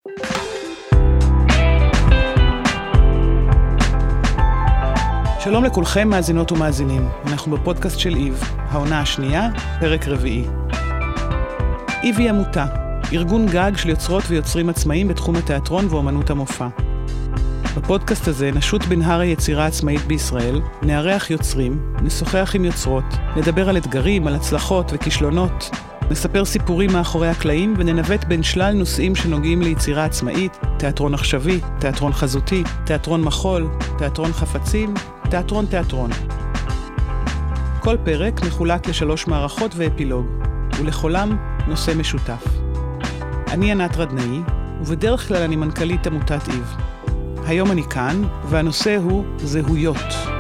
שלום לכולכם מאזינות ומאזינים, אנחנו בפודקאסט של איב, העונה השנייה, פרק רביעי. איב היא עמותה, ארגון גג של יוצרות ויוצרים עצמאיים בתחום התיאטרון ואומנות המופע. בפודקאסט הזה נשוט בנהר היצירה העצמאית בישראל, נארח יוצרים, נשוחח עם יוצרות, נדבר על אתגרים, על הצלחות וכישלונות, נספר סיפורים מאחורי הקלעים וננווט בין שלל נושאים שנוגעים ליצירה עצמאית, תיאטרון עכשווי, תיאטרון חזותי, תיאטרון מחול, תיאטרון חפצים, תיאטרון. כל פרק מחולק ל3 מערכות ואפילוג, ולכולם נושא משותף. אני ענת רדנאי, ובדרך כלל אני מנכ"לית עמותת איב. היום אני כאן, והנושא הוא זהויות.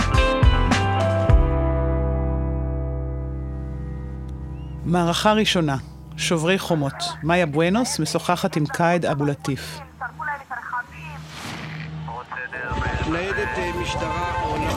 מערכה ראשונה, שוברי חומות. מאיה בואנוס משוחחת עם קאיד אבו לטיף. ניידת משטרה עולה.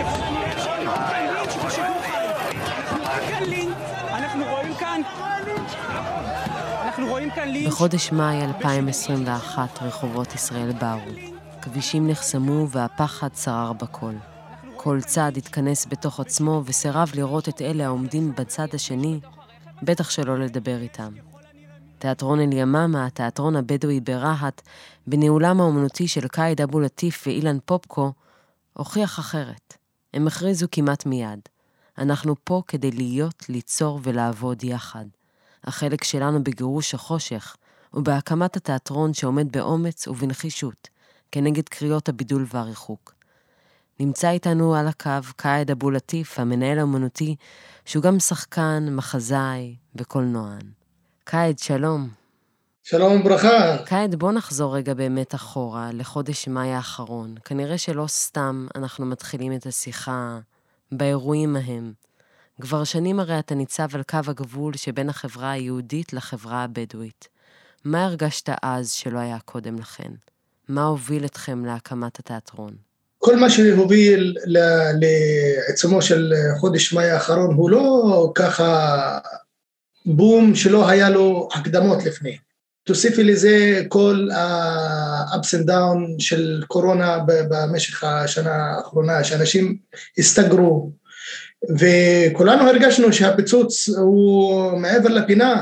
אנחנו רואים כאן לינץ'. בחודש מאי 2021 רחובות ישראל בערו. כבישים נחסמו והפחד שרר בכל. כל צד התכנס בתוך עצמו וסירב לראות את אלה העומדים בצד השני, בטח שלא לדבר איתם. תיאטרון אל-יממה, התיאטרון הבדואי ברהט, בניהולם האומנותי של קאיד אבו לטיף ואילן פופקו, הוכיח אחרת. הם הכריזו כמעט מיד. אנחנו פה כדי להיות, ליצור ולעבוד יחד. החלק שלנו בגירוש החושך, ובהקמת התיאטרון שעומד באומץ ובנחישות, כנגד קריאות הבידול והריחוק. נמצא איתנו על הקו קאיד אבו לטיף, המנהל האומנותי, שהוא גם שחקן, מחזאי וקולנוען. קאיד, שלום. שלום וברכה. קאיד, בוא נחזור רגע באמת אחורה, לחודש מאי האחרון. כנראה שלא סתם אנחנו מתחילים את השיחה באירועים ההם. כבר שנים הרי אתה ניצב על קו הגבול שבין החברה היהודית לחברה הבדואית. מה הרגשת אז שלא היה קודם לכן? מה הוביל אתכם להקמת התיאטרון? כל מה שהוביל לעצמו של חודש מאי האחרון הוא לא ככה בום שלא היה לו הקדמות לפני. תוסיפי לזה כל ה-ups and down של קורונה במשך השנה האחרונה, שאנשים הסתגרו, וכולנו הרגשנו שהפיצוץ הוא מעבר לפינה,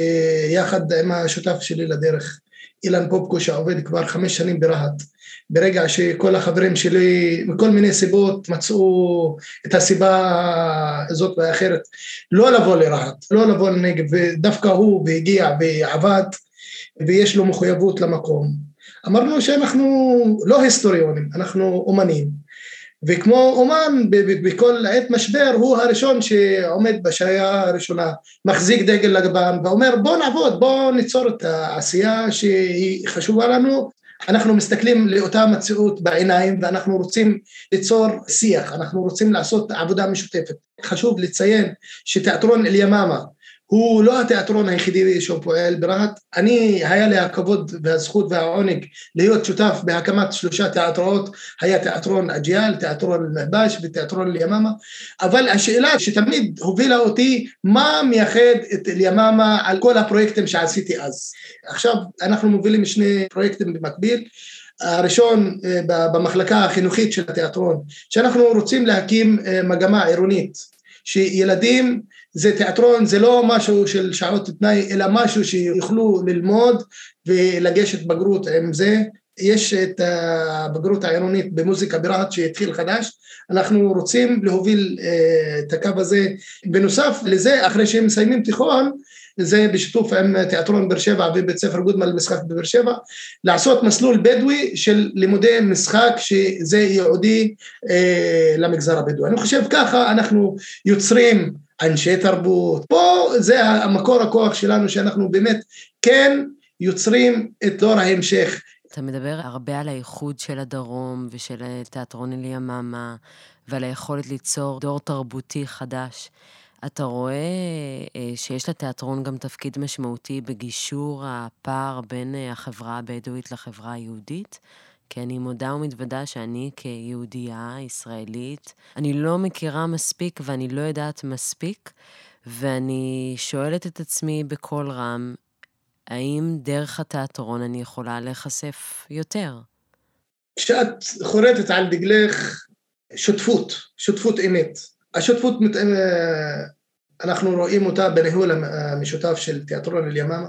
יחד עם השותף שלי לדרך, אילן פופקו, שעובד כבר 5 שנים ברהט. ברגע שכל החברים שלי, מכל מיני סיבות, מצאו את הסיבה הזאת והאחרת, לא לבוא לרהט, לא לבוא לנגב, ודווקא הוא והגיע ועבד, ויש לו מחויבות למקום. אמרנו שאנחנו לא היסטוריונים, אנחנו אומנים. וכמו אומן, בכל עת משבר, הוא הראשון שעומד בשעה הראשונה, מחזיק דגל לגבן, ואומר בוא נעבוד, בוא ניצור את העשייה שהיא חשובה לנו. אנחנו מסתכלים לאותה מציאות בעיניים, ואנחנו רוצים ליצור שיח, אנחנו רוצים לעשות עבודה משותפת. חשוב לציין שתיאטרון אל-יממה, הוא לא התיאטרון היחידי שהוא פועל ברהט. היה לי הכבוד והזכות והעונג להיות שותף בהקמת 3 תיאטראות, היה תיאטרון אג'יאל, תיאטרון אל-מהבש ותיאטרון אל-יממה, אבל השאלה שתמיד הובילה אותי, מה מייחד את אל-יממה על כל הפרויקטים שעשיתי אז. עכשיו אנחנו מובילים 2 פרויקטים במקביל, הראשון במחלקה החינוכית של התיאטרון, שאנחנו רוצים להקים מגמה עירונית, שילדים, זה תיאטרון, זה לא משהו של שעות תנאי, אלא משהו שיוכלו ללמוד ולגשת בגרות עם זה. יש את הבגרות העירונית במוזיקה ברהט שהתחיל חדש, אנחנו רוצים להוביל את הקו הזה. בנוסף לזה, אחרי שהם מסיימים תיכון, זה בשיתוף עם תיאטרון באר שבע ובית ספר גודמן למשחק בבאר שבע, לעשות מסלול בדואי של לימודי משחק שזה ייעודי למגזר הבדואי. אני חושב ככה אנחנו יוצרים אנשי תרבות, פה זה המקור הכוח שלנו, שאנחנו באמת כן יוצרים את דור ההמשך. אתה מדבר הרבה על הייחוד של הדרום ושל תיאטרון אל-יממה, ועל היכולת ליצור דור תרבותי חדש. אתה רואה שיש לתיאטרון גם תפקיד משמעותי בגישור הפער בין החברה הבדואית לחברה היהודית? כי אני מודה ומתוודה שאני כיהודייה ישראלית, אני לא מכירה מספיק ואני לא יודעת מספיק, ואני שואלת את עצמי בכל רם, האם דרך התיאטרון אני יכולה להיחשף יותר? כשאת חורטת על דגלך שותפות אמת. השותפות, אנחנו רואים אותה בניהול המשותף של תיאטרון אל-ימאמה,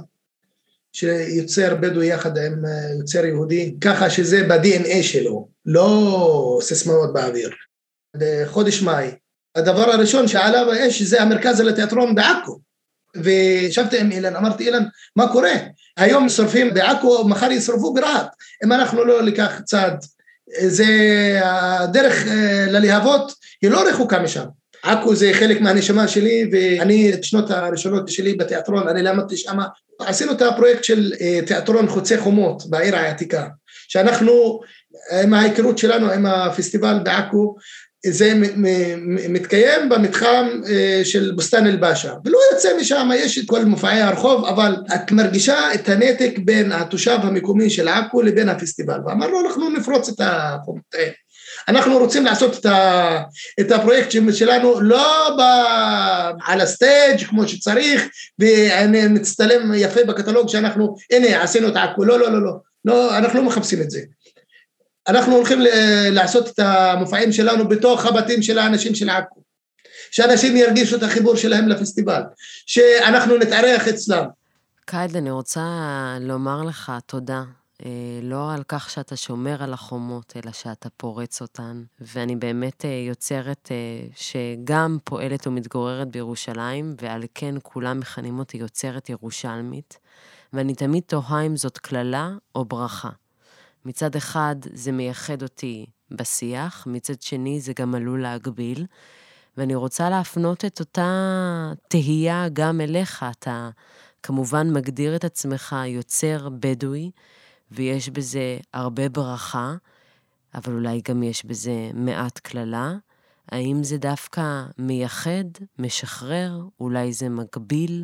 שיוצר בדואי יחד עם יוצר יהודי, ככה שזה ב-DNA שלו, לא סיסמאות באוויר. בחודש מאי, הדבר הראשון שעלה באש זה המרכז לתיאטרון בעכו, ושבתי עם אילן, אמרתי אילן, מה קורה? היום שורפים בעכו, מחר ישרפו ברהט, אם אנחנו לא לקח צעד, זה הדרך ללהבות, היא לא רחוקה משם. עכו זה חלק מהנשמה שלי, ואני את שנות הראשונות שלי בתיאטרון, אני למדתי שם, עשינו את הפרויקט של תיאטרון חוצי חומות בעיר העתיקה, שאנחנו, עם ההיכרות שלנו, עם הפסטיבל בעכו, זה מתקיים במתחם של בוסתן אל-באשה, ולא יוצא משם, יש את כל מופעי הרחוב, אבל את מרגישה את הנתק בין התושב המקומי של עכו לבין הפסטיבל, ואמרנו אנחנו נפרוץ את החומות, אנחנו רוצים לעשות את הפרויקט שלנו לא על הסטייג' כמו שצריך, ונצטלם יפה בקטלוג שאנחנו, הנה עשינו את עכו, לא, אנחנו לא מחפשים את זה. אנחנו הולכים לעשות את המופעים שלנו בתוך הבתים של האנשים של עכו, שאנשים ירגישו את החיבור שלהם לפסטיבל, שאנחנו נתארח אצלם. קייד, אני רוצה לומר לך תודה, לא על כך שאתה שומר על החומות, אלא שאתה פורץ אותן, ואני באמת יוצרת שגם פועלת ומתגוררת בירושלים, ועל כן כולם מכנים אותי יוצרת ירושלמית, ואני תמיד תוהה אם זאת כללה או ברכה. מצד אחד זה מייחד אותי בשיח, מצד שני זה גם עלול להגביל, ואני רוצה להפנות את אותה תהייה גם אליך, אתה כמובן מגדיר את עצמך יוצר בדואי, ויש בזה הרבה ברכה, אבל אולי גם יש בזה מעט כללה, האם זה דווקא מייחד, משחרר, אולי זה מגביל?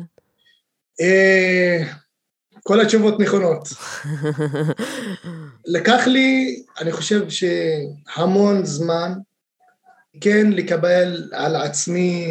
כל התשובות נכונות. לקח לי, אני חושב שהמון זמן, כן לקבל על עצמי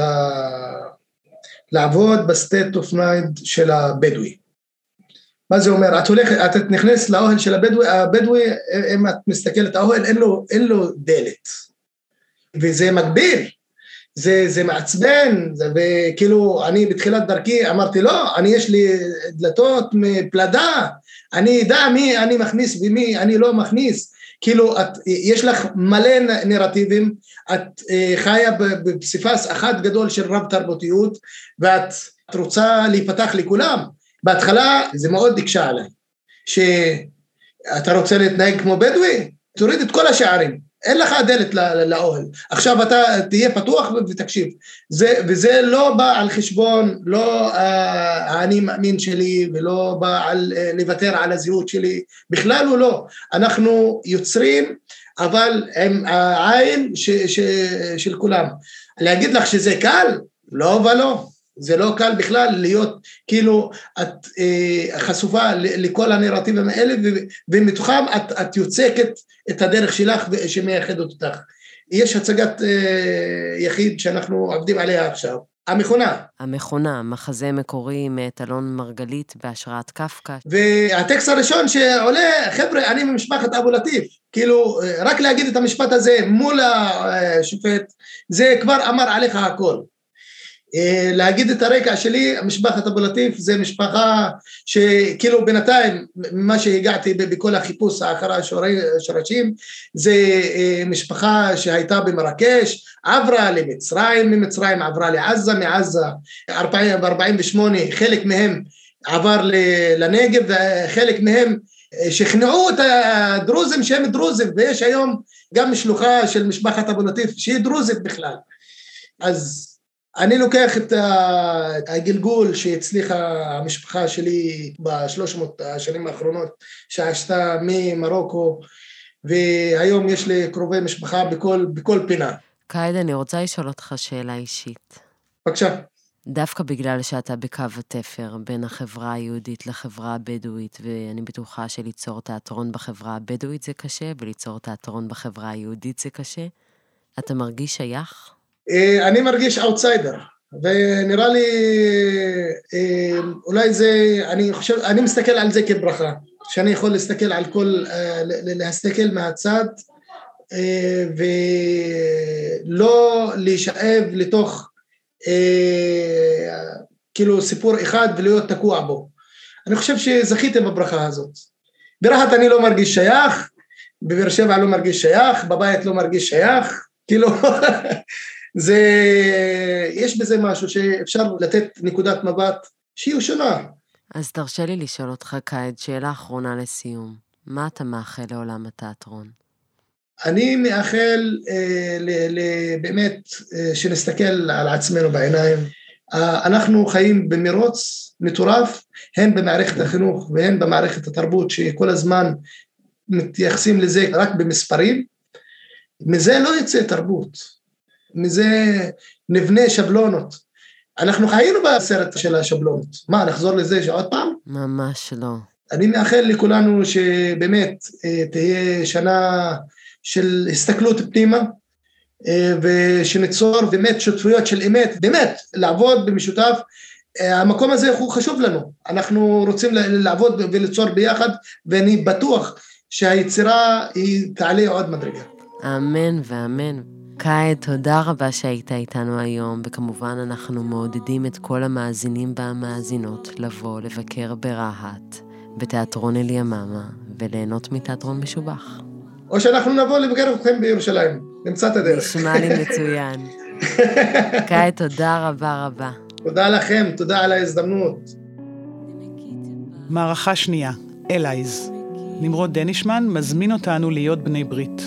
לעבוד בסטייט אוף מיינד של הבדואי. מה זה אומר? את נכנס לאוהל של הבדואי, אם את מסתכלת, האוהל אין לו דלת, וזה מגביל. זה מעצבן, וכאילו אני בתחילת דרכי אמרתי לא, יש לי דלתות מפלדה, אני אדע מי אני מכניס ומי אני לא מכניס, כאילו יש לך מלא נרטיבים, את חיה בפסיפס אחד גדול של רב תרבותיות, ואת רוצה להיפתח לכולם, בהתחלה זה מאוד הקשה עליי, שאתה רוצה להתנהג כמו בדואי, תוריד את כל השערים, אין לך דלת לאוהל, עכשיו אתה תהיה פתוח ותקשיב, וזה לא בא על חשבון, לא אני מאמין שלי, ולא בא על לוותר על הזהות שלי, בכלל הוא לא, אנחנו יוצרים, אבל עם העין של כולם, להגיד לך שזה קל? לא ולא, זה לא קל בכלל להיות, כאילו את חשופה לכל הנרטיבים האלה, ומתוכם את יוצקת את הדרך שלך שמייחדת אותך. יש הצגת יחיד שאנחנו עובדים עליה עכשיו, המכונה, מחזה מקורי מאת אלון מרגלית בהשראת קפקא. והטקסט הראשון שעולה, חבר'ה, אני ממשפחת אבו לטיף, כאילו רק להגיד את המשפט הזה מול השופט, זה כבר אמר עליך הכל. להגיד את הרקע שלי, משפחת אבו לטיף זה משפחה שכאילו בינתיים מה שהגעתי בכל החיפוש אחרי השורשים, זה משפחה שהייתה במרקש, עברה למצרים, ממצרים עברה לעזה, מעזה 48 חלק מהם עבר לנגב, וחלק מהם שכנעו את הדרוזים שהם דרוזים, ויש היום גם שלוחה של משפחת אבו לטיף שהיא דרוזית בכלל. אז אני לוקח את הגלגול שהצליחה המשפחה שלי ב300 השנים האחרונות, שעשתה ממרוקו, והיום יש לי קרובי משפחה בכל פינה. קייד, אני רוצה לשאול אותך שאלה אישית. בבקשה. דווקא בגלל שאתה בקו התפר בין החברה היהודית לחברה הבדואית, ואני בטוחה שליצור תיאטרון בחברה הבדואית זה קשה, וליצור תיאטרון בחברה היהודית זה קשה, אתה מרגיש שייך? אני מרגיש אאוטסיידר, ונראה לי, אולי זה, אני מסתכל על זה כברכה, שאני יכול להסתכל על כל, להסתכל מהצד, ולא להישאב לתוך, כאילו סיפור אחד ולהיות תקוע בו. אני חושב שזכיתם בברכה הזאת. ברהט אני לא מרגיש שייך, בבאר שבע לא מרגיש שייך, בבית לא מרגיש שייך, כאילו, יש בזה משהו שאפשר לתת נקודת מבט שהיא שונה. אז תרשה לי לשאול אותך כעת, שאלה אחרונה לסיום. מה אתה מאחל לעולם התיאטרון? אני מאחל באמת שנסתכל על עצמנו בעיניים. אנחנו חיים במרוץ מטורף, הן במערכת החינוך והן במערכת התרבות, שכל הזמן מתייחסים לזה רק במספרים. מזה לא יצא תרבות, מזה נבנה שבלונות. אנחנו חיינו בסרט של השבלונות. מה, נחזור לזה שעוד פעם? ממש לא. אני מאחל לכולנו שבאמת תהיה שנה של הסתכלות פנימה, ושניצור באמת שותפויות של אמת, באמת לעבוד במשותף. המקום הזה הוא חשוב לנו, אנחנו רוצים לעבוד וליצור ביחד, ואני בטוח שהיצירה היא תעלה עוד מדרגה. אמן ואמן. קאיד, תודה רבה שהיית איתנו היום, וכמובן אנחנו מעודדים את כל המאזינים והמאזינות לבוא לבקר ברהט, בתיאטרון אל-יממה, וליהנות מתיאטרון משובח. או שאנחנו נבוא לבקר אתכם בירושלים, נמצא את הדרך. נשמע לי מצוין. קאיד, תודה רבה רבה. תודה לכם, תודה על ההזדמנות. מערכה שנייה, אלייז. נמרוד דנישמן מזמין אותנו להיות בני ברית.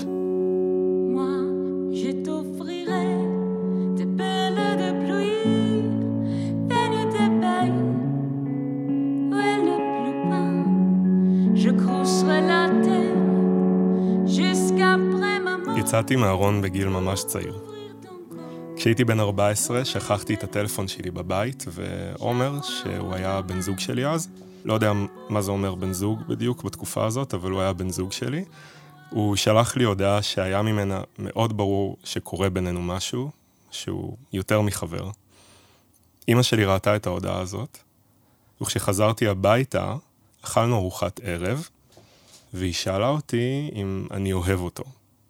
יצאתי מהארון בגיל ממש צעיר. כשהייתי בן 14, שכחתי את הטלפון שלי בבית, ועומר, שהוא היה בן זוג שלי אז, לא יודע מה זה אומר בן זוג בדיוק בתקופה הזאת, אבל הוא היה בן זוג שלי, הוא שלח לי הודעה שהיה ממנה מאוד ברור שקורה בינינו משהו, שהוא יותר מחבר. אמא שלי ראתה את ההודעה הזאת, וכשחזרתי הביתה, אכלנו ארוחת ערב, והיא שאלה אותי אם אני אוהב אותו.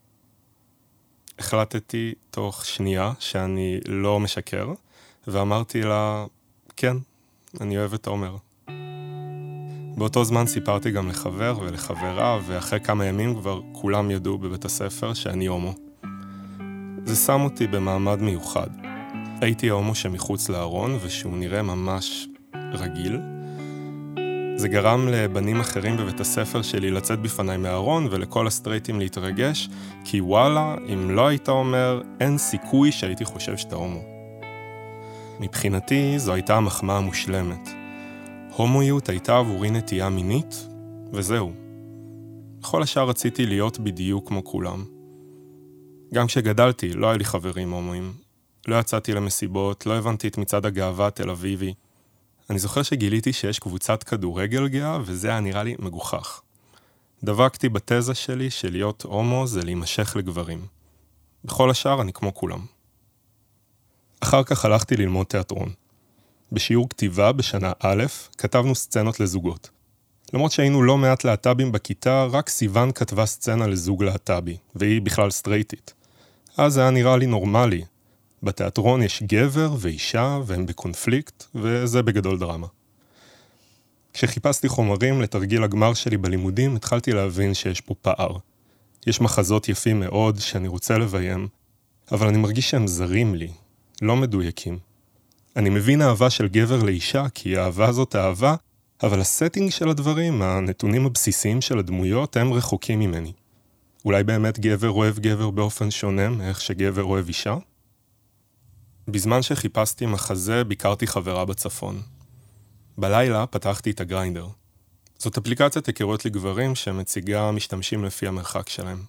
החלטתי תוך שנייה שאני לא משקר, ואמרתי לה, כן, אני אוהב את עומר. באותו זמן סיפרתי גם לחבר ולחברה, ואחרי כמה ימים כבר כולם ידעו בבית הספר שאני הומו. זה שם אותי במעמד מיוחד. הייתי ההומו שמחוץ לארון, ושהוא נראה ממש רגיל. זה גרם לבנים אחרים בבית הספר שלי לצאת בפניי מהארון, ולכל הסטרייטים להתרגש, כי וואלה, אם לא היית אומר, אין סיכוי שהייתי חושב שאתה הומו. מבחינתי, זו הייתה המחמאה המושלמת. הומואיות הייתה עבורי נטייה מינית, וזהו. בכל השאר רציתי להיות בדיוק כמו כולם. גם כשגדלתי, לא היה לי חברים הומואים. לא יצאתי למסיבות, לא הבנתי את מצעד הגאווה תל אביבי. אני זוכר שגיליתי שיש קבוצת כדורגל גאה, וזה היה נראה לי מגוחך. דבקתי בתזה שלי שלהיות הומו זה להימשך לגברים. בכל השאר אני כמו כולם. אחר כך הלכתי ללמוד תיאטרון. בשיעור כתיבה בשנה א', כתבנו סצנות לזוגות. למרות שהיינו לא מעט להט"בים בכיתה, רק סיוון כתבה סצנה לזוג להט"בי, והיא בכלל סטרייטית. אז זה היה נראה לי נורמלי. בתיאטרון יש גבר ואישה, והם בקונפליקט, וזה בגדול דרמה. כשחיפשתי חומרים לתרגיל הגמר שלי בלימודים, התחלתי להבין שיש פה פער. יש מחזות יפים מאוד שאני רוצה לביים, אבל אני מרגיש שהם זרים לי, לא מדויקים. אני מבין אהבה של גבר לאישה, כי האהבה הזאת אהבה, אבל הסטינג של הדברים, הנתונים הבסיסיים של הדמויות, הם רחוקים ממני. אולי באמת גבר אוהב גבר באופן שונה מאיך שגבר אוהב אישה? בזמן שחיפשתי מחזה, ביקרתי חברה בצפון. בלילה פתחתי את הגריינדר. זאת אפליקציית היכרויות לגברים שמציגה משתמשים לפי המרחק שלהם.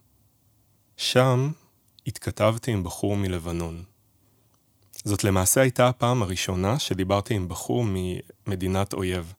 שם התכתבתי עם בחור מלבנון. זאת למעשה הייתה הפעם הראשונה שדיברתי עם בחור ממדינת אויב.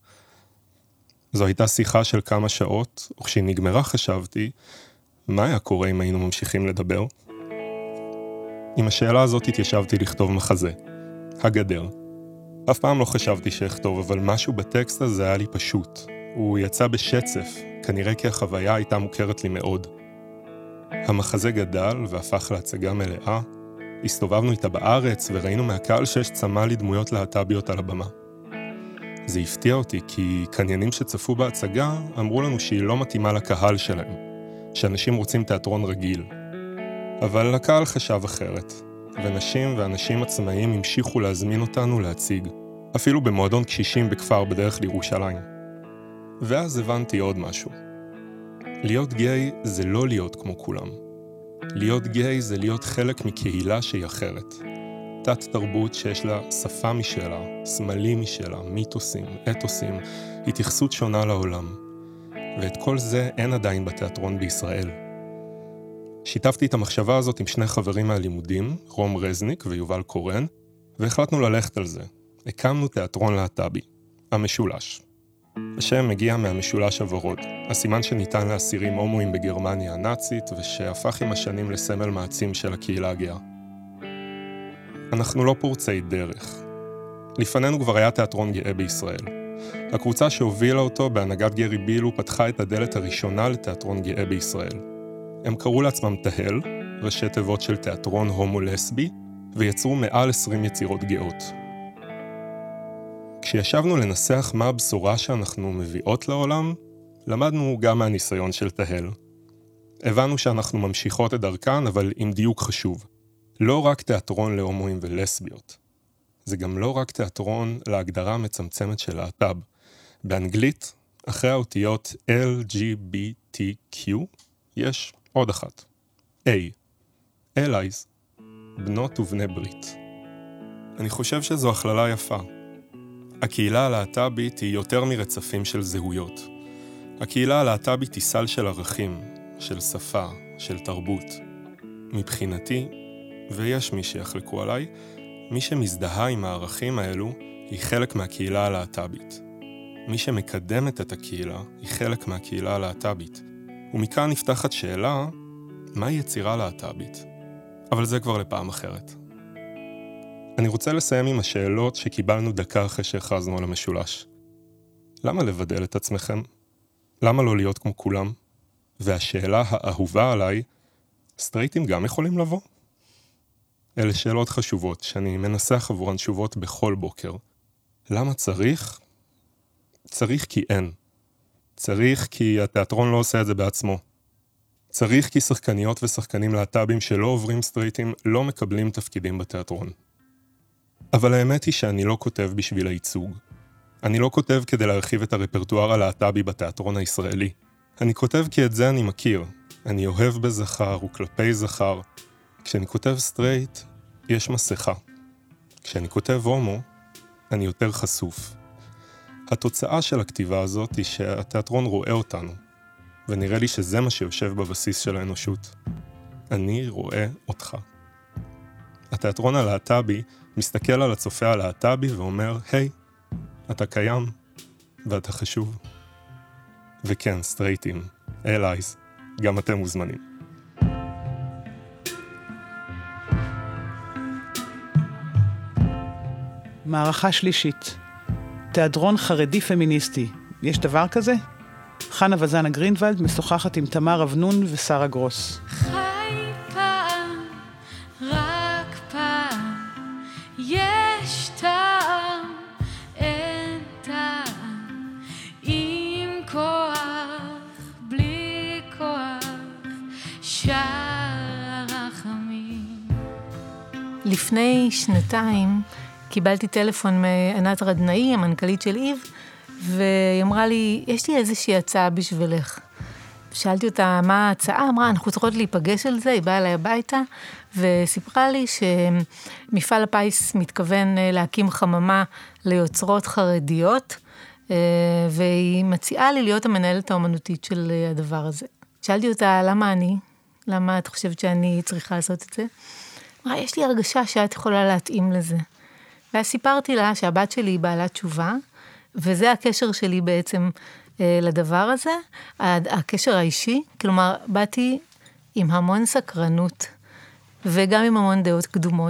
זו הייתה שיחה של כמה שעות, וכשהיא נגמרה חשבתי, מה היה קורה אם היינו ממשיכים לדבר? עם השאלה הזאת התיישבתי לכתוב מחזה. הגדר. אף פעם לא חשבתי שאכתוב, אבל משהו בטקסט הזה היה לי פשוט. הוא יצא בשצף, כנראה כי החוויה הייתה מוכרת לי מאוד. המחזה גדל והפך להצגה מלאה. הסתובבנו איתה בארץ וראינו מהקהל שיש צמא לדמויות להט"ביות על הבמה. זה הפתיע אותי כי קניינים שצפו בהצגה אמרו לנו שהיא לא מתאימה לקהל שלהם, שאנשים רוצים תיאטרון רגיל. אבל הקהל חשב אחרת, ונשים ואנשים עצמאיים המשיכו להזמין אותנו להציג, אפילו במועדון קשישים בכפר בדרך לירושלים. ואז הבנתי עוד משהו. להיות גיי זה לא להיות כמו כולם. להיות גיי זה להיות חלק מקהילה שהיא אחרת. תת תרבות שיש לה שפה משלה, סמלים משלה, מיתוסים, אתוסים, התייחסות שונה לעולם. ואת כל זה אין עדיין בתיאטרון בישראל. שיתפתי את המחשבה הזאת עם שני חברים מהלימודים, רום רזניק ויובל קורן, והחלטנו ללכת על זה. הקמנו תיאטרון להט"בי, המשולש. השם מגיע מהמשולש הוורוד, הסימן שניתן לאסירים הומואים בגרמניה הנאצית, ושהפך עם השנים לסמל מעצים של הקהילה הגאה. אנחנו לא פורצי דרך. לפנינו כבר היה תיאטרון גאה בישראל. הקבוצה שהובילה אותו בהנהגת גרי בילו פתחה את הדלת הראשונה לתיאטרון גאה בישראל. הם קראו לעצמם תהל, ראשי תיבות של תיאטרון הומו-לסבי, ויצרו מעל 20 יצירות גאות. כשישבנו לנסח מה הבשורה שאנחנו מביאות לעולם, למדנו גם מהניסיון של תהל. הבנו שאנחנו ממשיכות את דרכן, אבל עם דיוק חשוב. לא רק תיאטרון להומואים ולסביות. זה גם לא רק תיאטרון להגדרה מצמצמת של להט"ב. באנגלית, אחרי האותיות LGBTQ, יש עוד אחת. A. Allies. בנות ובני ברית. אני חושב שזו הכללה יפה. הקהילה הלהט"בית היא יותר מרצפים של זהויות. הקהילה הלהט"בית היא סל של ערכים, של שפה, של תרבות. מבחינתי, ויש מי שיחלקו עליי, מי שמזדהה עם הערכים האלו היא חלק מהקהילה הלהט"בית. מי שמקדמת את הקהילה היא חלק מהקהילה הלהט"בית. ומכאן נפתחת שאלה, מהי יצירה להט"בית? אבל זה כבר לפעם אחרת. אני רוצה לסיים עם השאלות שקיבלנו דקה אחרי שהכרזנו על המשולש. למה לבדל את עצמכם? למה לא להיות כמו כולם? והשאלה האהובה עליי, סטרייטים גם יכולים לבוא? אלה שאלות חשובות שאני מנסח עבורן תשובות בכל בוקר. למה צריך? צריך כי אין. צריך כי התיאטרון לא עושה את זה בעצמו. צריך כי שחקניות ושחקנים להט"בים שלא עוברים סטרייטים לא מקבלים תפקידים בתיאטרון. אבל האמת היא שאני לא כותב בשביל הייצוג. אני לא כותב כדי להרחיב את הרפרטואר הלהט"בי בתיאטרון הישראלי. אני כותב כי את זה אני מכיר. אני אוהב בזכר וכלפי זכר. כשאני כותב סטרייט, יש מסכה. כשאני כותב הומו, אני יותר חשוף. התוצאה של הכתיבה הזאת היא שהתיאטרון רואה אותנו, ונראה לי שזה מה שיושב בבסיס של האנושות. אני רואה אותך. התיאטרון הלהט"בי מסתכל על הצופה הלהט"בי ואומר, היי, אתה קיים, ואתה חשוב. וכן, סטרייטים, אלייז, גם אתם מוזמנים. מערכה שלישית. תיאטרון חרדי פמיניסטי. יש דבר כזה? חנה וזנה גרינוולד משוחחת עם תמר אבנון ושרה גרוס. חי פעם, רק פעם, יש טעם, אין טעם, עם כוח, בלי כוח, שער הרחמים. לפני שנתיים קיבלתי טלפון מענת רדנאי, המנכ"לית של איב, והיא אמרה לי, יש לי איזושהי הצעה בשבילך. שאלתי אותה מה ההצעה, אמרה, אנחנו צריכות להיפגש על זה, היא באה אליי הביתה, וסיפרה לי שמפעל הפיס מתכוון להקים חממה ליוצרות חרדיות, והיא מציעה לי להיות המנהלת האומנותית של הדבר הזה. שאלתי אותה, למה אני? למה את חושבת שאני צריכה לעשות את זה? אמרה, יש לי הרגשה שאת יכולה להתאים לזה. ואז סיפרתי לה שהבת שלי היא בעלת תשובה, וזה הקשר שלי בעצם לדבר הזה, הקשר האישי, כלומר, באתי עם המון סקרנות, וגם עם המון דעות קדומות,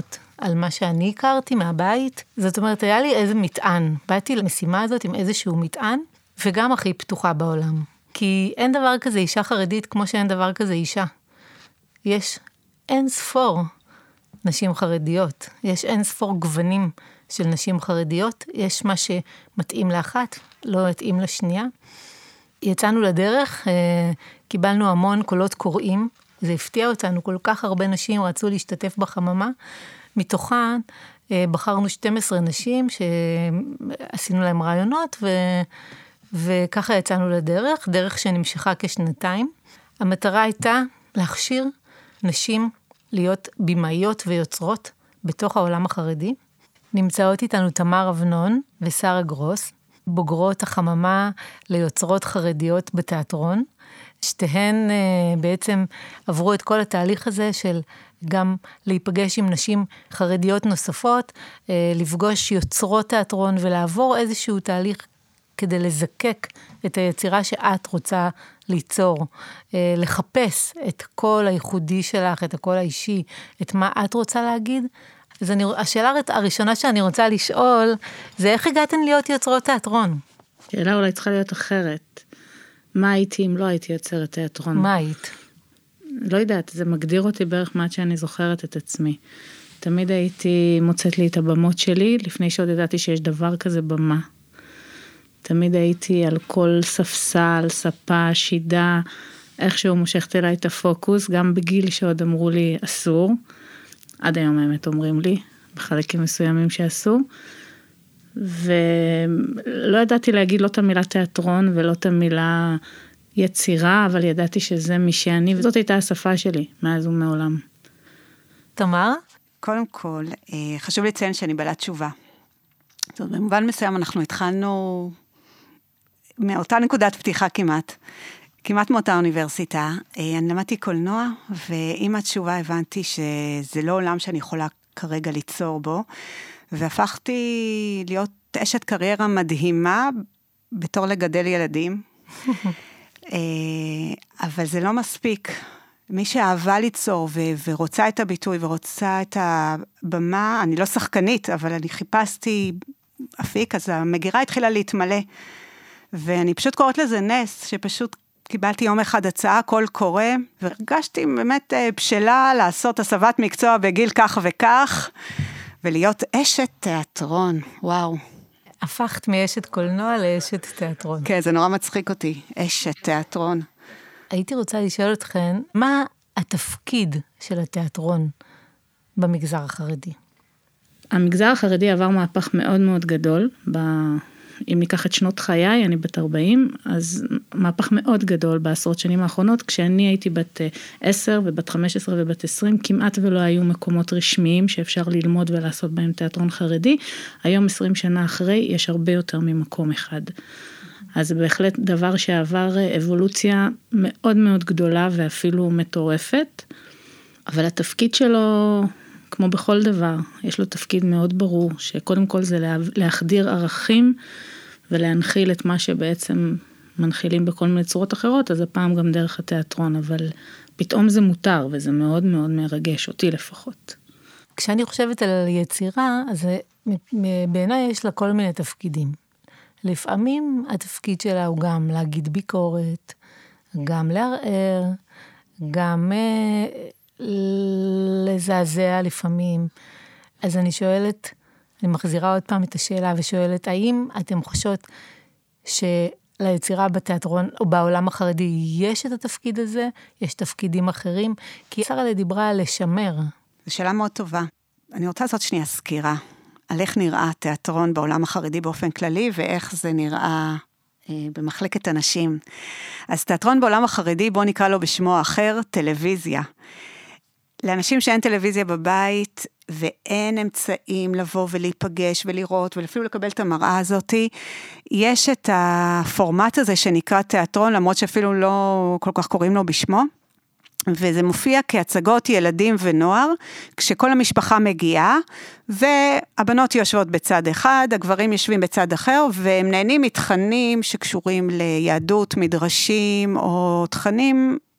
על מה שאני הכרתי מהבית. זאת אומרת, היה לי איזה מטען. באתי למשימה הזאת עם איזשהו מטען, וגם הכי פתוחה בעולם. כי אין דבר כזה אישה חרדית כמו שאין דבר כזה אישה. יש אין ספור נשים חרדיות. יש אין ספור גוונים של נשים חרדיות. יש מה שמתאים לאחת, לא מתאים לשנייה. יצאנו לדרך, קיבלנו המון קולות קוראים, זה הפתיע אותנו, כל כך הרבה נשים רצו להשתתף בחממה, מתוכן בחרנו 12 נשים שעשינו להם רעיונות, וככה יצאנו לדרך, דרך שנמשכה כשנתיים. המטרה הייתה להכשיר נשים להיות בימאיות ויוצרות בתוך העולם החרדי. נמצאות איתנו תמר אבנון ושרה גרוס, בוגרות החממה ליוצרות חרדיות בתיאטרון. שתיהן בעצם עברו את כל התהליך הזה של גם להיפגש עם נשים חרדיות נוספות, לפגוש יוצרות תיאטרון ולעבור איזשהו תהליך כדי לזקק את היצירה שאת רוצה ליצור, לחפש את כל הייחודי שלך, את הכל האישי, את מה את רוצה להגיד. אז השאלה הראשונה שאני רוצה לשאול, זה איך הגעתן להיות יוצרות תיאטרון? שאלה אולי צריכה להיות אחרת. מה הייתי אם לא הייתי יוצרת תיאטרון? מה היית? לא יודעת, זה מגדיר אותי בערך מעט שאני זוכרת את עצמי. תמיד הייתי מוצאת לי את הבמות שלי, לפני שעוד ידעתי שיש דבר כזה במה. תמיד הייתי על כל ספסל, ספה, שידה, איכשהו מושכת אליי את הפוקוס, גם בגיל שעוד אמרו לי אסור. עד היום האמת אומרים לי, בחלקים מסוימים שאסור. ולא ידעתי להגיד לא את המילה תיאטרון ולא את המילה יצירה, אבל ידעתי שזה מי שאני, וזאת הייתה השפה שלי, מאז ומעולם. תמר? קודם כל, חשוב לציין שאני בעלת תשובה. זאת אומרת, במובן מסוים אנחנו התחלנו מאותה נקודת פתיחה כמעט מאותה אוניברסיטה. אני למדתי קולנוע, ועם התשובה הבנתי שזה לא עולם שאני יכולה כרגע ליצור בו, והפכתי להיות אשת קריירה מדהימה בתור לגדל ילדים. אבל זה לא מספיק. מי שאהבה ליצור ורוצה את הביטוי ורוצה את הבמה, אני לא שחקנית, אבל אני חיפשתי אפיק, אז המגירה התחילה להתמלא. ואני פשוט קוראת לזה נס, שפשוט קיבלתי יום אחד הצעה, קול קורא, והרגשתי באמת בשלה לעשות הסבת מקצוע בגיל כך וכך, ולהיות אשת תיאטרון, וואו. הפכת מאשת קולנוע לאשת תיאטרון. כן, זה נורא מצחיק אותי, אשת תיאטרון. הייתי רוצה לשאול אתכן, מה התפקיד של התיאטרון במגזר החרדי? המגזר החרדי עבר מהפך מאוד מאוד גדול, אם ניקח את שנות חיי, אני בת 40, אז מהפך מאוד גדול בעשרות שנים האחרונות, כשאני הייתי בת 10 ובת 15 ובת 20, כמעט ולא היו מקומות רשמיים שאפשר ללמוד ולעשות בהם תיאטרון חרדי, היום 20 שנה אחרי, יש הרבה יותר ממקום אחד. אז זה בהחלט דבר שעבר אבולוציה מאוד מאוד גדולה ואפילו מטורפת, אבל התפקיד שלו, כמו בכל דבר, יש לו תפקיד מאוד ברור, שקודם כל זה להחדיר ערכים, ולהנחיל את מה שבעצם מנחילים בכל מיני צורות אחרות, אז הפעם גם דרך התיאטרון, אבל פתאום זה מותר, וזה מאוד מאוד מרגש, אותי לפחות. כשאני חושבת על יצירה, אז בעיניי יש לה כל מיני תפקידים. לפעמים התפקיד שלה הוא גם להגיד ביקורת, גם לערער, גם לזעזע לפעמים. אז אני שואלת, אני מחזירה עוד פעם את השאלה ושואלת, האם אתם חושבות שליצירה בתיאטרון או בעולם החרדי יש את התפקיד הזה? יש תפקידים אחרים? כי שרה דיברה על לשמר. זו שאלה מאוד טובה. אני רוצה לעשות שנייה סקירה על איך נראה תיאטרון בעולם החרדי באופן כללי, ואיך זה נראה במחלקת הנשים. אז תיאטרון בעולם החרדי, בוא נקרא לו בשמו האחר, טלוויזיה. לאנשים שאין טלוויזיה בבית, ואין אמצעים לבוא ולהיפגש ולראות, ואפילו לקבל את המראה הזאת, יש את הפורמט הזה שנקרא תיאטרון, למרות שאפילו לא כל כך קוראים לו בשמו, וזה מופיע כהצגות ילדים ונוער, כשכל המשפחה מגיעה, והבנות יושבות בצד אחד, הגברים יושבים בצד אחר, והם נהנים מתכנים שקשורים ליהדות, מדרשים, או תכנים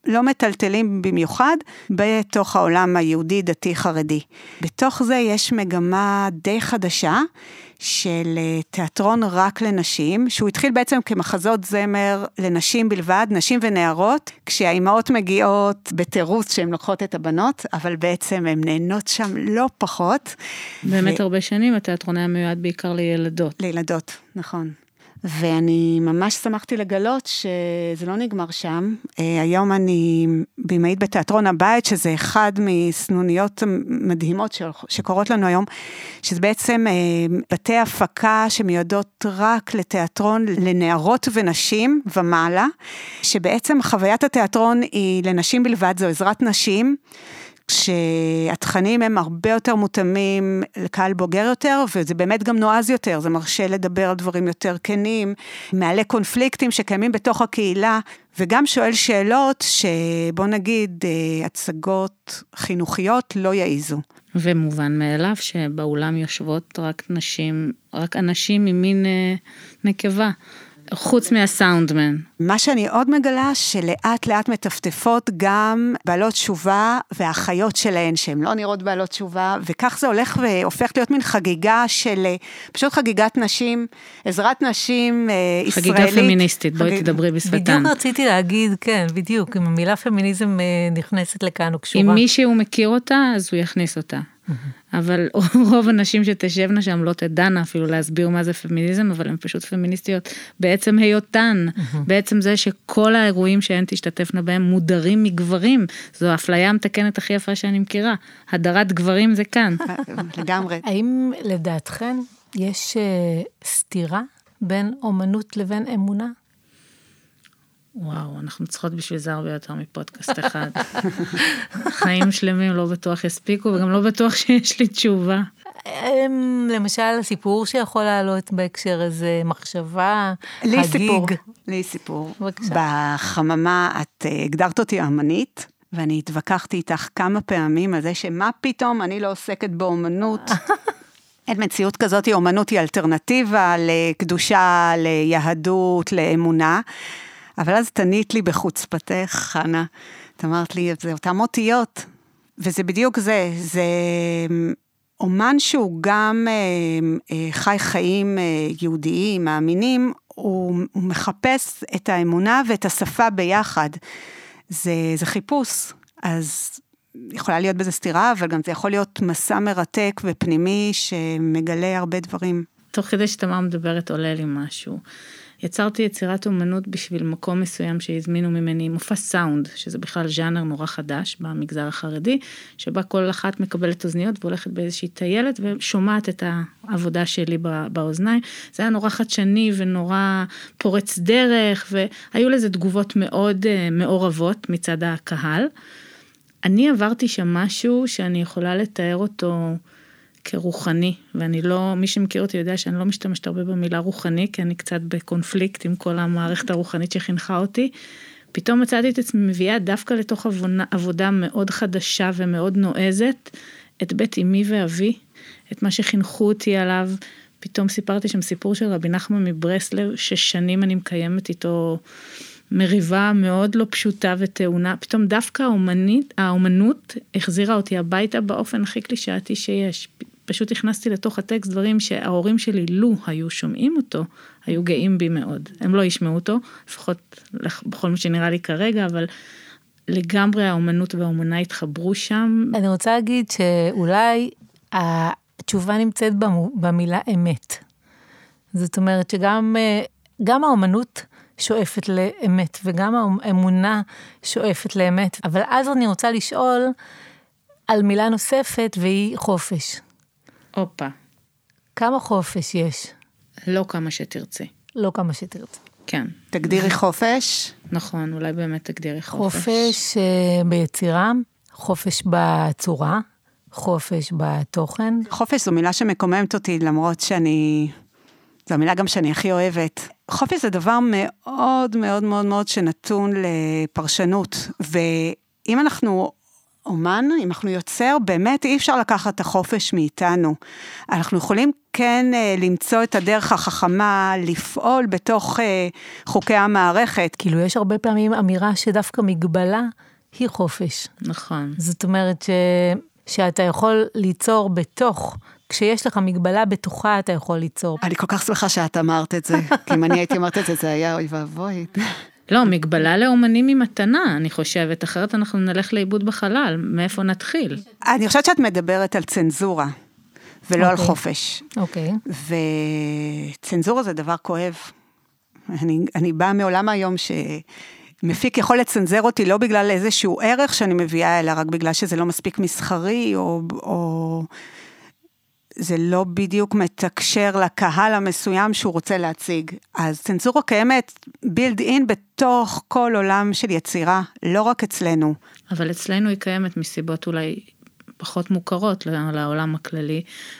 לא מטלטלים במיוחד בתוך העולם היהודי דתי חרדי. בתוך זה יש מגמה די חדשה של תיאטרון רק לנשים, שהוא התחיל בעצם כמחזות זמר לנשים בלבד, נשים ונערות, כשהאימהות מגיעות בתירוץ שהן לוקחות את הבנות, אבל בעצם הן נהנות שם לא פחות. באמת הרבה שנים התיאטרון היה מיועד בעיקר לילדות. לילדות, נכון. ואני ממש שמחתי לגלות שזה לא נגמר שם. היום אני במאית בתיאטרון הבית, שזה אחד מסנוניות מדהימות שקורות לנו היום, שזה בעצם בתי הפקה שמיועדות רק לתיאטרון לנערות ונשים ומעלה, שבעצם חוויית התיאטרון היא לנשים בלבד, זו עזרת נשים, כשהתכנים הם הרבה יותר מותאמים לקהל בוגר יותר, וזה באמת גם נועז יותר, זה מרשה לדבר על דברים יותר כנים, מעלה קונפליקטים שקיימים בתוך הקהילה, וגם שואל שאלות שבוא נגיד, הצגות חינוכיות לא יעיזו. ומובן מאליו שבאולם יושבות רק אנשים ממין נקבה. חוץ מהסאונדמן. מה שאני עוד מגלה, שלאט לאט מטפטפות גם בעלות תשובה, והאחיות שלהן, שהן לא נראות בעלות תשובה, וכך זה הולך והופך להיות מין חגיגה של, פשוט חגיגת נשים, עזרת נשים ישראלית. חגיגה פמיניסטית, בואי תדברי בשפתן. בדיוק רציתי להגיד, כן, בדיוק, אם המילה פמיניזם נכנסת לכאן, או קשורה. אם מישהו מכיר אותה, אז הוא יכניס אותה. אבל רוב הנשים שתשבנה שם לא תדענה אפילו להסביר מה זה פמיניזם, אבל הן פשוט פמיניסטיות בעצם היותן, בעצם זה שכל האירועים שהן תשתתפנה בהם מודרים מגברים, זו האפליה המתקנת הכי יפה שאני מכירה, הדרת גברים זה כאן. לגמרי. האם לדעתכן יש סתירה בין אומנות לבין אמונה? וואו, אנחנו צריכות בשביל זה הרבה יותר מפודקאסט אחד. חיים שלמים לא בטוח יספיקו, וגם לא בטוח שיש לי תשובה. למשל, הסיפור שיכול לעלות בהקשר הזה, מחשבה, הגיג. לי סיפור. בחממה את הגדרת אותי אמנית, ואני התווכחתי איתך כמה פעמים על זה שמה פתאום אני לא עוסקת באומנות. אין מציאות כזאת, אומנות היא אלטרנטיבה לקדושה, ליהדות, לאמונה. אבל אז תנית לי בחוצפתך, חנה, את אמרת לי, זה אותם אותיות, וזה בדיוק זה אומן שהוא גם חי חיים יהודיים, מאמינים, הוא מחפש את האמונה ואת השפה ביחד, זה חיפוש, אז יכולה להיות בזה סתירה, אבל גם זה יכול להיות מסע מרתק ופנימי, שמגלה הרבה דברים. תוך כדי שתמר מדברת עולה לי משהו, יצרתי יצירת אומנות בשביל מקום מסוים שהזמינו ממני מופע סאונד, שזה בכלל ז'אנר נורא חדש במגזר החרדי, שבה כל אחת מקבלת אוזניות והולכת באיזושהי טיילת ושומעת את העבודה שלי באוזניים. זה היה נורא חדשני ונורא פורץ דרך, והיו לזה תגובות מאוד מעורבות מצד הקהל. אני עברתי שם משהו שאני יכולה לתאר אותו כרוחני, ואני לא, מי שמכיר אותי יודע שאני לא משתמשת הרבה במילה רוחני, כי אני קצת בקונפליקט עם כל המערכת הרוחנית שחינכה אותי. פתאום מצאתי את עצמי מביאה דווקא לתוך עבודה מאוד חדשה ומאוד נועזת, את בית אמי ואבי, את מה שחינכו אותי עליו. פתאום סיפרתי שם סיפור של רבי נחמן מברסלב, ששנים אני מקיימת איתו מריבה מאוד לא פשוטה וטעונה. פתאום דווקא האומנות החזירה אותי הביתה באופן הכי קלישאתי שיש. פשוט הכנסתי לתוך הטקסט דברים שההורים שלי לו היו שומעים אותו, היו גאים בי מאוד. הם לא ישמעו אותו, לפחות בכל מה שנראה לי כרגע, אבל לגמרי האומנות והאומנה התחברו שם. אני רוצה להגיד שאולי התשובה נמצאת במילה אמת. זאת אומרת שגם האומנות שואפת לאמת, וגם האמונה שואפת לאמת. אבל אז אני רוצה לשאול על מילה נוספת, והיא חופש. אופה. כמה חופש יש? לא כמה שתרצה. לא כמה שתרצה. כן. תגדירי חופש? נכון, אולי באמת תגדירי חופש. חופש ביצירה, חופש בצורה, חופש בתוכן. חופש זו מילה שמקוממת אותי, למרות זו המילה גם שאני הכי אוהבת. חופש זה דבר מאוד מאוד מאוד מאוד שנתון לפרשנות, ואם אנחנו אומן, אם אנחנו יוצר, באמת אי אפשר לקחת את החופש מאיתנו. אנחנו יכולים כן למצוא את הדרך החכמה, לפעול בתוך חוקי המערכת. כאילו יש הרבה פעמים אמירה שדווקא מגבלה היא חופש. נכון. זאת אומרת שאתה יכול ליצור בתוך, כשיש לך מגבלה בתוכה אתה יכול ליצור. אני כל כך שמחה שאת אמרת את זה, כי אם אני הייתי אמרת את זה, זה היה אוי ואבוי. לא, מגבלה לאומנים היא מתנה, אני חושבת, אחרת אנחנו נלך לאיבוד בחלל, מאיפה נתחיל? אני חושבת שאת מדברת על צנזורה, ולא על חופש. אוקיי. וצנזורה זה דבר כואב. אני באה מעולם היום שמפיק יכול לצנזר אותי, לא בגלל איזשהו ערך שאני מביאה, אלא רק בגלל שזה לא מספיק מסחרי, או זה לא בדיוק מתקשר לקהל המסוים שהוא רוצה להציג. אז צנזורה קיימת build in בתוך כל עולם של יצירה, לא רק אצלנו. אבל אצלנו היא קיימת מסיבות אולי פחות מוכרות לעולם הכללי,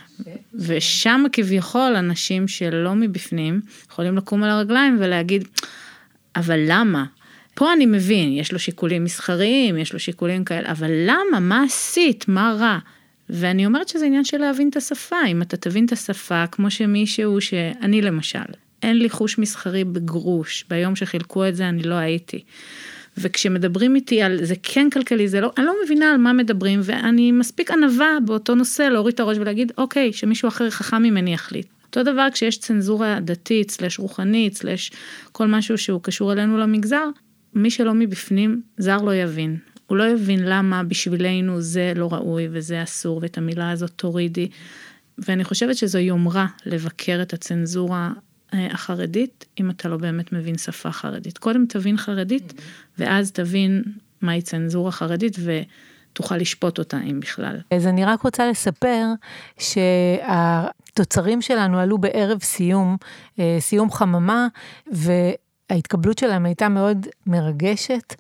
ושם כביכול אנשים שלא מבפנים יכולים לקום על הרגליים ולהגיד, אבל למה? פה אני מבין, יש לו שיקולים מסחריים, יש לו שיקולים כאלה, אבל למה? מה עשית? מה רע? ואני אומרת שזה עניין של להבין את השפה, אם אתה תבין את השפה, כמו שמישהו שאני למשל, אין לי חוש מסחרי בגרוש, ביום שחילקו את זה אני לא הייתי, וכשמדברים איתי על זה כן כלכלי, זה לא, אני לא מבינה על מה מדברים, ואני מספיק ענווה באותו נושא, להוריד את הראש ולהגיד, אוקיי, שמישהו אחר חכם ממני יחליט. אותו דבר כשיש צנזורה דתית, סלש רוחנית, סלש כל משהו שהוא קשור אלינו למגזר, מי שלא מבפנים, זר לא יבין. הוא לא יבין למה בשבילנו זה לא ראוי וזה אסור, ואת המילה הזאת תורידי. ואני חושבת שזו יומרה לבקר את הצנזורה החרדית, אם אתה לא באמת מבין שפה חרדית. קודם תבין חרדית, ואז תבין מהי צנזורה חרדית, ותוכל לשפוט אותה, אם בכלל. אז אני רק רוצה לספר שהתוצרים שלנו עלו בערב סיום חממה, וההתקבלות שלהם הייתה מאוד מרגשת,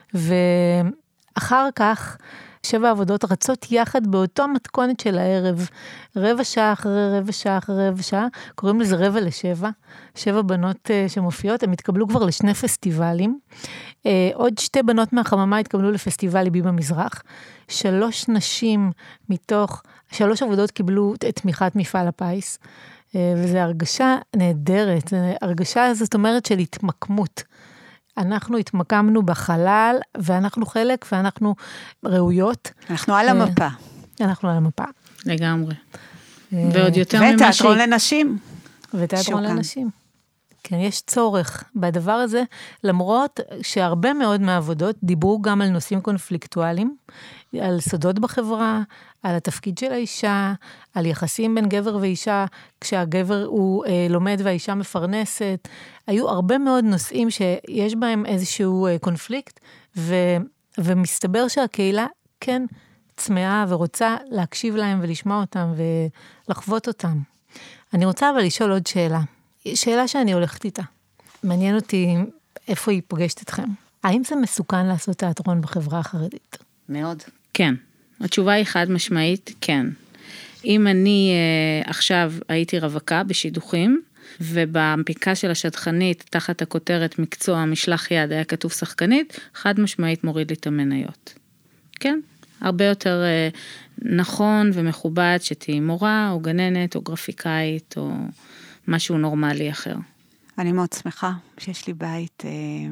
ואחר כך 7 עבודות רצות יחד באותו מתכונת של הערב, רבע שעה אחרי רבע שעה אחרי רבע שעה, קוראים לזה 6:45, 7 בנות שמופיעות, הם התקבלו כבר ל2 פסטיבלים, עוד 2 בנות מהחממה התקבלו לפסטיבל ליבי במזרח, 3 נשים מתוך, 3 עבודות קיבלו את תמיכת מפעל הפיס, וזו הרגשה נהדרת, הרגשה זאת אומרת של התמקמות, אנחנו התמקמנו בחלל, ואנחנו חלק, ואנחנו ראויות. אנחנו על המפה. אנחנו על המפה. לגמרי. ועוד יותר ממה ותיאטרון לנשים. ותיאטרון לנשים. כן, יש צורך בדבר הזה, למרות שהרבה מאוד מהעבודות דיברו גם על נושאים קונפליקטואליים, על סודות בחברה, על התפקיד של האישה, על יחסים בין גבר ואישה, כשהגבר הוא לומד והאישה מפרנסת, היו הרבה מאוד נושאים שיש בהם איזשהו קונפליקט, ומסתבר שהקהילה כן צמאה ורוצה להקשיב להם ולשמוע אותם ולחוות אותם. אני רוצה אבל לשאול עוד שאלה. שאלה שאני הולכת איתה. מעניין אותי איפה היא פוגשת אתכם. האם זה מסוכן לעשות תיאטרון בחברה החרדית? מאוד. כן. התשובה היא חד משמעית, כן. אם אני עכשיו הייתי רווקה בשידוכים, ובפנקס של השדכנית, תחת הכותרת מקצוע משלח יד, היה כתוב שחקנית, חד משמעית מוריד לי את המניות. כן? הרבה יותר נכון ומכובד שתהי מורה, או גננת, או גרפיקאית, או משהו נורמלי אחר. אני מאוד שמחה שיש לי בית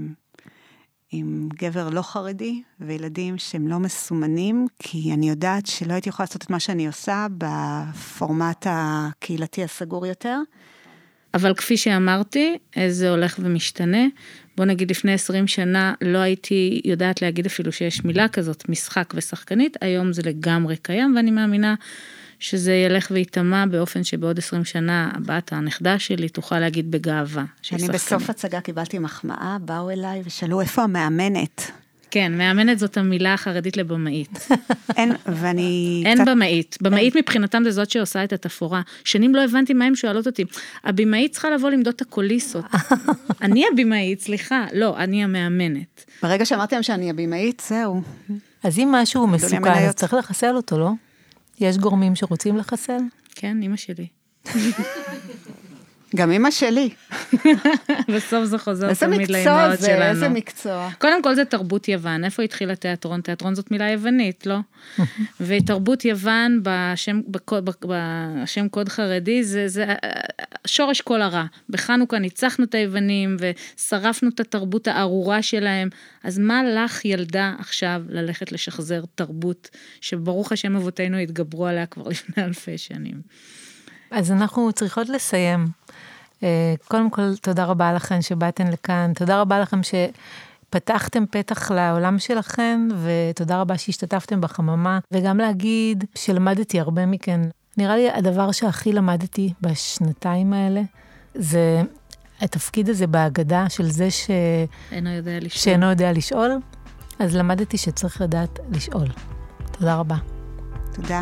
עם גבר לא חרדי, וילדים שהם לא מסומנים, כי אני יודעת שלא הייתי יכולה לעשות את מה שאני עושה, בפורמט הקהילתי הסגור יותר. אבל כפי שאמרתי, זה הולך ומשתנה. בוא נגיד לפני 20 שנה, לא הייתי יודעת להגיד אפילו שיש מילה כזאת, משחק ושחקנית, היום זה לגמרי קיים, ואני מאמינה שזה ילך ויתאמה באופן שבעוד 20 שנה, הבת הנכדה שלי תוכל להגיד בגאווה. אני בסוף הצגה קיבלתי מחמאה, באו אליי ושאלו איפה המאמנת. כן, מאמנת זאת המילה החרדית לבמאית. אין, ואני... אין במאית. במאית מבחינתם זה זאת שעושה את התפורה. שנים לא הבנתי מה הם שואלות אותי. הבמאית צריכה לבוא למדוד את הקוליסות. אני הבמאית, סליחה. לא, אני המאמנת. ברגע שאמרתם שאני הבמאית, זהו. אז אם משהו מסוכן, אז צריך לחסל אותו, לא? יש גורמים שרוצים לחסל? כן, אמא שלי. גם אמא שלי. בסוף זה חוזר תמיד לאמהות שלנו. איזה מקצוע. קודם כל זה תרבות יוון. איפה התחיל התיאטרון? תיאטרון זאת מילה יוונית, לא? ותרבות יוון בשם קוד חרדי, זה שורש כל הרע. בחנוכה ניצחנו את היוונים ושרפנו את התרבות הארורה שלהם. אז מה לך ילדה עכשיו ללכת לשחזר תרבות שברוך השם אבותינו התגברו עליה כבר לפני אלפי שנים? אז אנחנו צריכות לסיים. קודם כל, תודה רבה לכם שבאתם לכאן, תודה רבה לכם שפתחתם פתח לעולם שלכם, ותודה רבה שהשתתפתם בחממה, וגם להגיד שלמדתי הרבה מכן. נראה לי הדבר שהכי למדתי בשנתיים האלה, זה התפקיד הזה בהגדה של זה שאינו יודע לשאול, אז למדתי שצריך לדעת לשאול. תודה רבה. תודה.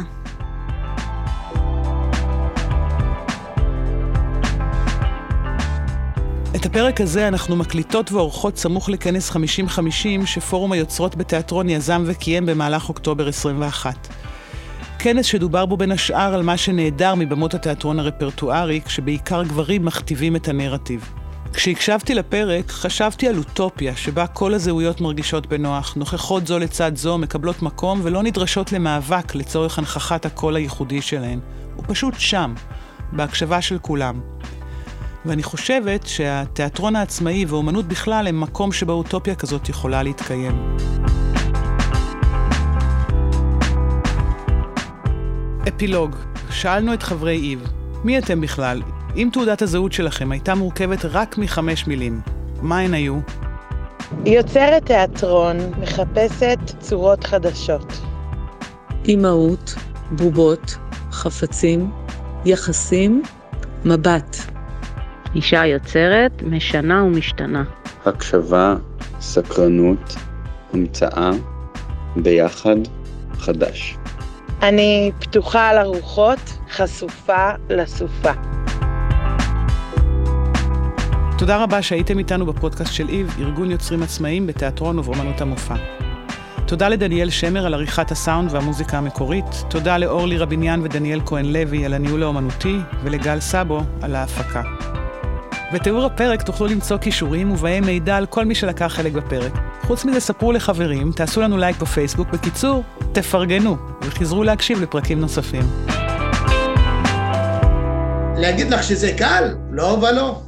את הפרק הזה אנחנו מקליטות ועורכות סמוך לכנס 50-50 שפורום היוצרות בתיאטרון יזם וקיים במהלך אוקטובר 21. כנס שדובר בו בין השאר על מה שנהדר מבמות התיאטרון הרפרטוארי, כשבעיקר גברים מכתיבים את הנרטיב. כשהקשבתי לפרק, חשבתי על אוטופיה שבה כל הזהויות מרגישות בנוח, נוכחות זו לצד זו, מקבלות מקום ולא נדרשות למאבק לצורך הנכחת הקול הייחודי שלהן. הוא פשוט שם, בהקשבה של כולם. ואני חושבת שהתיאטרון העצמאי ואומנות בכלל הם מקום שבה אוטופיה כזאת יכולה להתקיים. אפילוג. שאלנו את חברי איב, מי אתם בכלל? אם תעודת הזהות שלכם הייתה מורכבת רק מ5 מילים, מה הן היו? יוצרת תיאטרון, מחפשת צורות חדשות. אימהות, בובות, חפצים, יחסים, מבט. אישה יוצרת, משנה ומשתנה. הקשבה, סקרנות, המצאה, ביחד, חדש. אני פתוחה על הרוחות, חשופה לסופה. תודה רבה שהייתם איתנו בפודקאסט של איב, ארגון יוצרים עצמאיים בתיאטרון ובאמנות המופע. תודה לדניאל שמר על עריכת הסאונד והמוזיקה המקורית, תודה לאורלי רביניאן ודניאל כהן לוי על הניהול האומנותי, ולגל סאבו על ההפקה. בתיאור הפרק תוכלו למצוא קישורים ובהם מידע על כל מי שלקח חלק בפרק. חוץ מזה ספרו לחברים, תעשו לנו לייק בפייסבוק, בקיצור, תפרגנו וחזרו להקשיב לפרקים נוספים. להגיד לך שזה קל? לא ולא.